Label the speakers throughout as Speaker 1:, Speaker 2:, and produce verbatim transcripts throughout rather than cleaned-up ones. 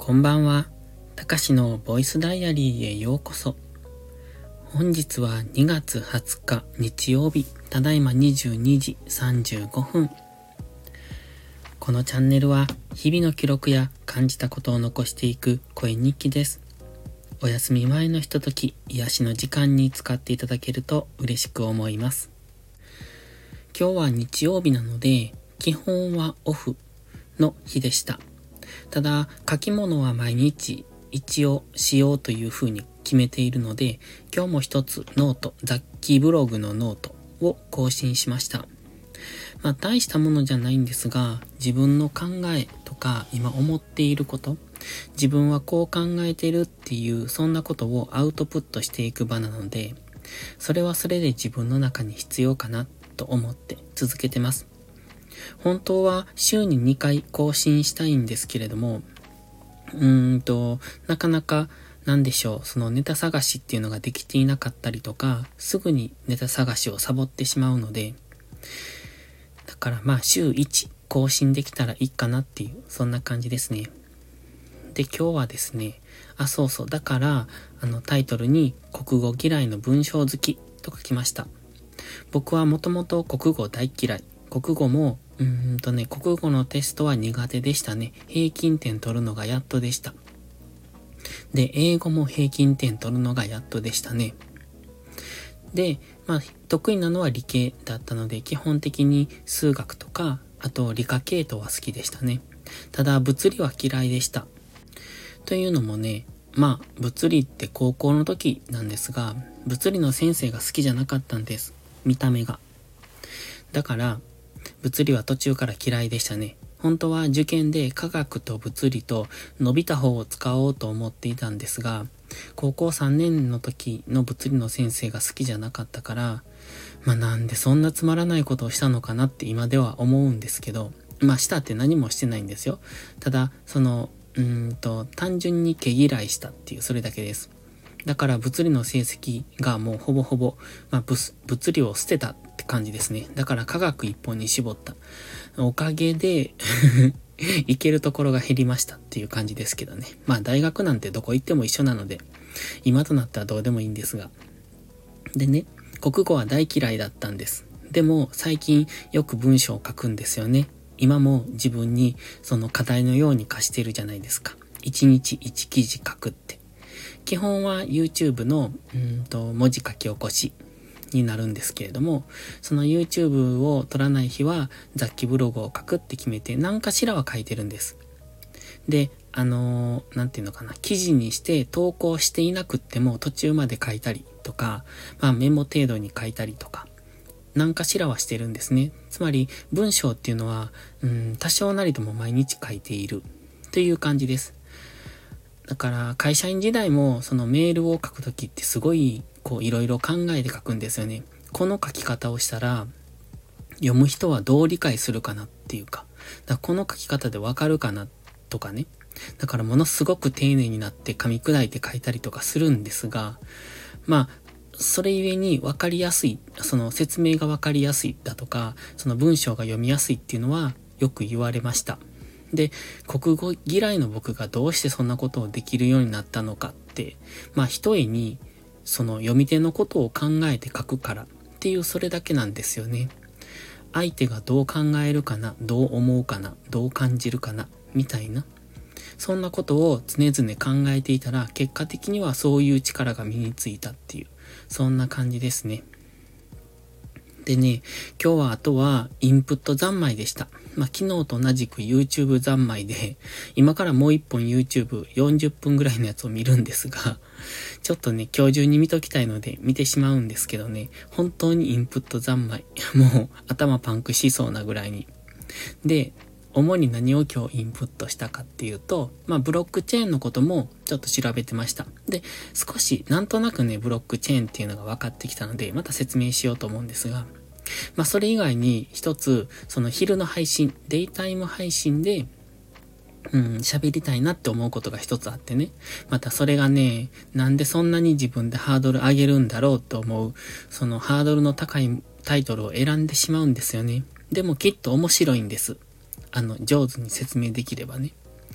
Speaker 1: こんばんは。たかしのボイスダイアリーへようこそ。本日はにがつはつか日曜日、ただいまにじゅうにじさんじゅうごふん。このチャンネルは日々の記録や感じたことを残していく声日記です。お休み前のひととき、癒しの時間に使っていただけると嬉しく思います。今日は日曜日なので、基本はオフの日でした。ただ、書き物は毎日一応しようというふうに決めているので、今日も一つノート、雑記ブログのノートを更新しました。まあ大したものじゃないんですが、自分の考えとか今思っていること、自分はこう考えてるっていうそんなことをアウトプットしていく場なので、それはそれで自分の中に必要かなと思って続けてます。本当は週ににかい更新したいんですけれども、うーんと、なかなかなんでしょう、そのネタ探しっていうのができていなかったりとか、すぐにネタ探しをサボってしまうので、だからまあ週いち更新できたらいいかなっていう、そんな感じですね。で、今日はですね、あ、そうそう、だから、あのタイトルに国語嫌いの文章好きと書きました。僕はもともと国語大嫌い。国語も、うーんとね、国語のテストは苦手でしたね。平均点取るのがやっとでした。で、英語も平均点取るのがやっとでしたね。で、まあ、得意なのは理系だったので、基本的に数学とか、あと理科系統は好きでしたね。ただ、物理は嫌いでした。というのもね、まあ、物理って高校の時なんですが、物理の先生が好きじゃなかったんです。見た目が。だから、物理は途中から嫌いでしたね。本当は受験で科学と物理と伸びた方を使おうと思っていたんですが、高校さんねんの時の物理の先生が好きじゃなかったから、まあなんでそんなつまらないことをしたのかなって今では思うんですけど、まあしたって何もしてないんですよ。ただ、その、うーんと、単純に毛嫌いしたっていうそれだけです。だから物理の成績がもうほぼほぼ、まあ、物理を捨てたって感じですね。だから科学一本に絞った。おかげで行けるところが減りましたっていう感じですけどね。まあ大学なんてどこ行っても一緒なので、今となったらどうでもいいんですが。でね、国語は大嫌いだったんです。でも最近よく文章を書くんですよね。今も自分にその課題のように課してるじゃないですか。一日一記事書くって。基本は YouTube のうんと文字書き起こしになるんですけれども、その YouTube を撮らない日は雑記ブログを書くって決めて何かしらは書いてるんです。で、あのー、なんていうのかな、記事にして投稿していなくっても途中まで書いたりとか、まあメモ程度に書いたりとか、何かしらはしてるんですね。つまり文章っていうのは、うん、多少なりとも毎日書いているという感じです。だから会社員時代もそのメールを書くときってすごいこういろいろ考えて書くんですよね。この書き方をしたら読む人はどう理解するかなっていうか、だからこの書き方でわかるかなとかね。だからものすごく丁寧になって噛み砕いて書いたりとかするんですが、まあそれゆえに分かりやすい、その説明が分かりやすいだとか、その文章が読みやすいっていうのはよく言われました。で、国語嫌いの僕がどうしてそんなことをできるようになったのかって、まあ一重にその読み手のことを考えて書くからっていうそれだけなんですよね。相手がどう考えるかな、どう思うかな、どう感じるかな、みたいな。そんなことを常々考えていたら結果的にはそういう力が身についたっていう、そんな感じですね。でね、今日はあとはインプット三昧でした。まあ、昨日と同じく YouTube 三昧で、今からもう一本 YouTubeよんじゅっぷんぐらいのやつを見るんですが、ちょっとね、今日中に見ときたいので見てしまうんですけどね、本当にインプット三昧。もう頭パンクしそうなぐらいに。で、主に何を今日インプットしたかっていうと、まあブロックチェーンのこともちょっと調べてました。で、少しなんとなくね、ブロックチェーンっていうのが分かってきたので、また説明しようと思うんですが、まあそれ以外に一つ、その昼の配信、デイタイム配信で、うん、喋りたいなって思うことが一つあってね。またそれがね、なんでそんなに自分でハードル上げるんだろうと思う、そのハードルの高いタイトルを選んでしまうんですよね。でもきっと面白いんです。あの、上手に説明できればね。っ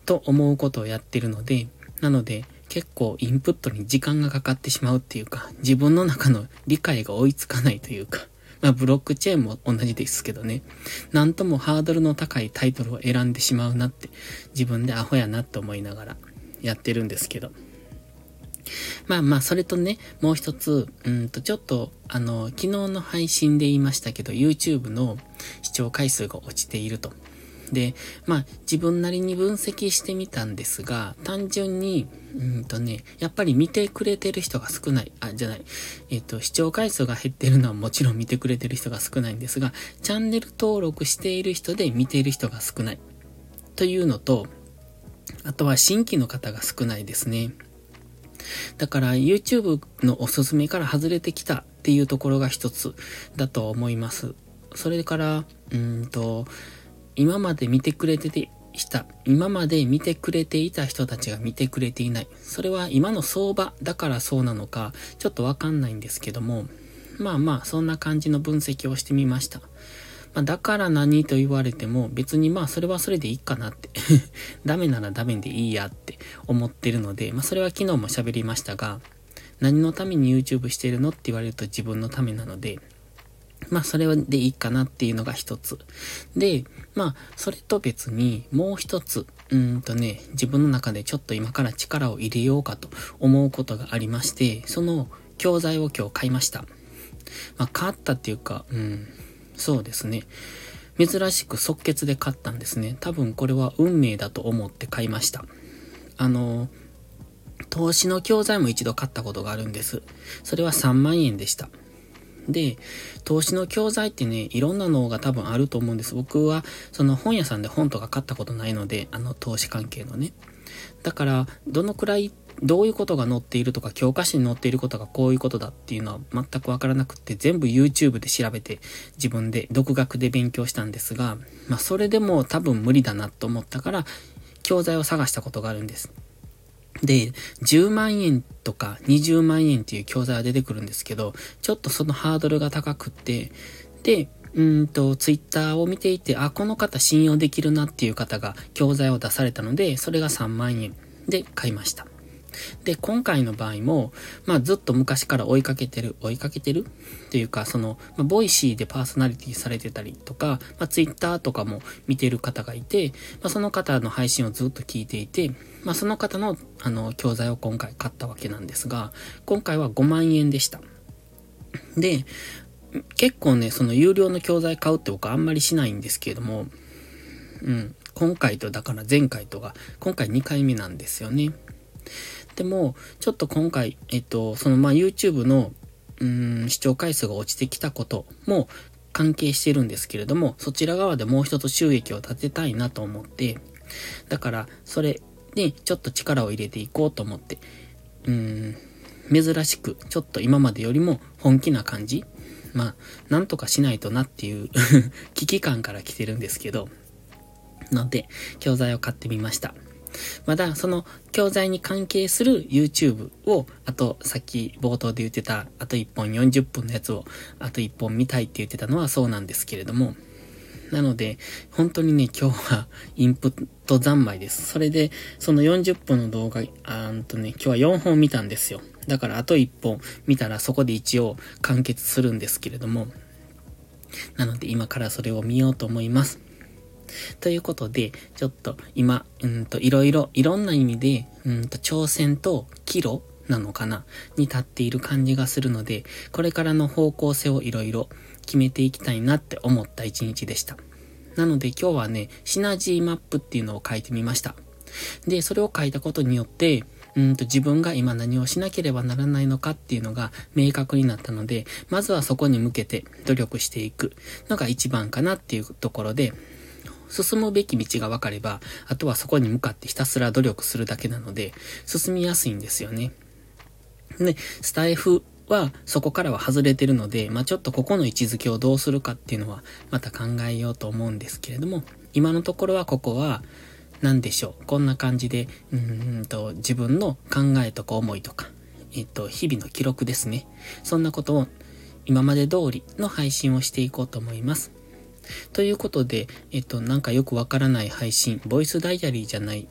Speaker 1: と思うことをやってるので、なので結構インプットに時間がかかってしまうっていうか、自分の中の理解が追いつかないというか、まあブロックチェーンも同じですけどね、なんともハードルの高いタイトルを選んでしまうなって、自分でアホやなって思いながらやってるんですけど。まあまあ、それとね、もう一つ、うんと、ちょっと、あの、昨日の配信で言いましたけど、YouTube の視聴回数が落ちていると。で、まあ、自分なりに分析してみたんですが、単純に、うんとね、やっぱり見てくれてる人が少ない。あ、じゃない。えっと、視聴回数が減ってるのはもちろん見てくれてる人が少ないんですが、チャンネル登録している人で見ている人が少ない。というのと、あとは新規の方が少ないですね。だから YouTube のおすすめから外れてきたっていうところが一つだと思います。それから、うーんと、今まで見てくれててした、今まで見てくれていた人たちが見てくれていない。それは今の相場だからそうなのか、ちょっとわかんないんですけども、まあまあ、そんな感じの分析をしてみました。まあ、だから何と言われても別にまあそれはそれでいいかなってダメならダメでいいやって思ってるので、まあそれは昨日も喋りましたが、何のために YouTube してるのって言われると自分のためなので、まあそれでいいかなっていうのが一つで、まあそれと別にもう一つ、うーんとね、自分の中でちょっと今から力を入れようかと思うことがありまして、その教材を今日買いました。まあ買ったっていうか、うんそうですね。珍しく即決で買ったんですね。多分これは運命だと思って買いました。あの、投資の教材も一度買ったことがあるんです。それはさんまんえんでした。で、投資の教材ってね、いろんなのが多分あると思うんです。僕はその本屋さんで本とか買ったことないので、あの投資関係のね。だから、どのくらいどういうことが載っているとか、教科書に載っていることがこういうことだっていうのは全くわからなくって、全部 YouTube で調べて自分で独学で勉強したんですが、まあそれでも多分無理だなと思ったから教材を探したことがあるんです。で、じゅうまんえんとかにじゅうまんえんっていう教材が出てくるんですけど、ちょっとそのハードルが高くって、で、うーんと、ツイッターを見ていて、あ、この方信用できるなっていう方が教材を出されたので、それがさんまんえんで買いました。で、今回の場合も、まあずっと昔から追いかけてる、追いかけてるっていうか、その、まあ、ボイシーでパーソナリティされてたりとか、まあツイッターとかも見てる方がいて、まあその方の配信をずっと聞いていて、まあその方の、あの、教材を今回買ったわけなんですが、今回はごまんえんでした。で、結構ね、その有料の教材買うって僕あんまりしないんですけれども、うん、今回とだから前回とが、今回にかいめなんですよね。でも、ちょっと今回、えっと、そのまあ YouTube の、うーん、視聴回数が落ちてきたことも関係してるんですけれども、そちら側でもう一つ収益を立てたいなと思って、だから、それにちょっと力を入れていこうと思って、うーん、珍しく、ちょっと今までよりも本気な感じ、まあ、なんとかしないとなっていう危機感から来てるんですけど、ので、教材を買ってみました。まだその教材に関係する YouTube を、あとさっき冒頭で言ってたあといっぽんよんじゅっぷんのやつをあといっぽん見たいって言ってたのはそうなんですけれども、なので本当にね今日はインプット三昧です。それでそのよんじゅっぷんの動画、あーんとね今日はよんほん見たんですよ。だからあといっぽん見たらそこで一応完結するんですけれども、なので今からそれを見ようと思います。ということで、ちょっと今、うんと、いろいろ、いろんな意味で、うんと、挑戦と岐路なのかなに立っている感じがするので、これからの方向性をいろいろ決めていきたいなって思った一日でした。なので今日はね、シナジーマップっていうのを書いてみました。で、それを書いたことによって、うんと自分が今何をしなければならないのかっていうのが明確になったので、まずはそこに向けて努力していくのが一番かなっていうところで、進むべき道が分かれば、あとはそこに向かってひたすら努力するだけなので、進みやすいんですよね。で、スタイフはそこからは外れてるので、まあちょっとここの位置づけをどうするかっていうのはまた考えようと思うんですけれども、今のところはここは何でしょう。こんな感じで、うーんと自分の考えとか思いとか、えっと日々の記録ですね。そんなことを今まで通りの配信をしていこうと思います。ということで、えっと、なんかよくわからない配信、ボイスダイアリーじゃない、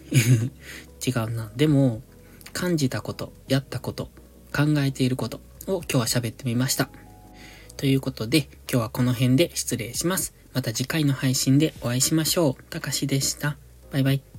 Speaker 1: 違うな。でも、感じたこと、やったこと、考えていることを今日は喋ってみました。ということで、今日はこの辺で失礼します。また次回の配信でお会いしましょう。たかしでした。バイバイ。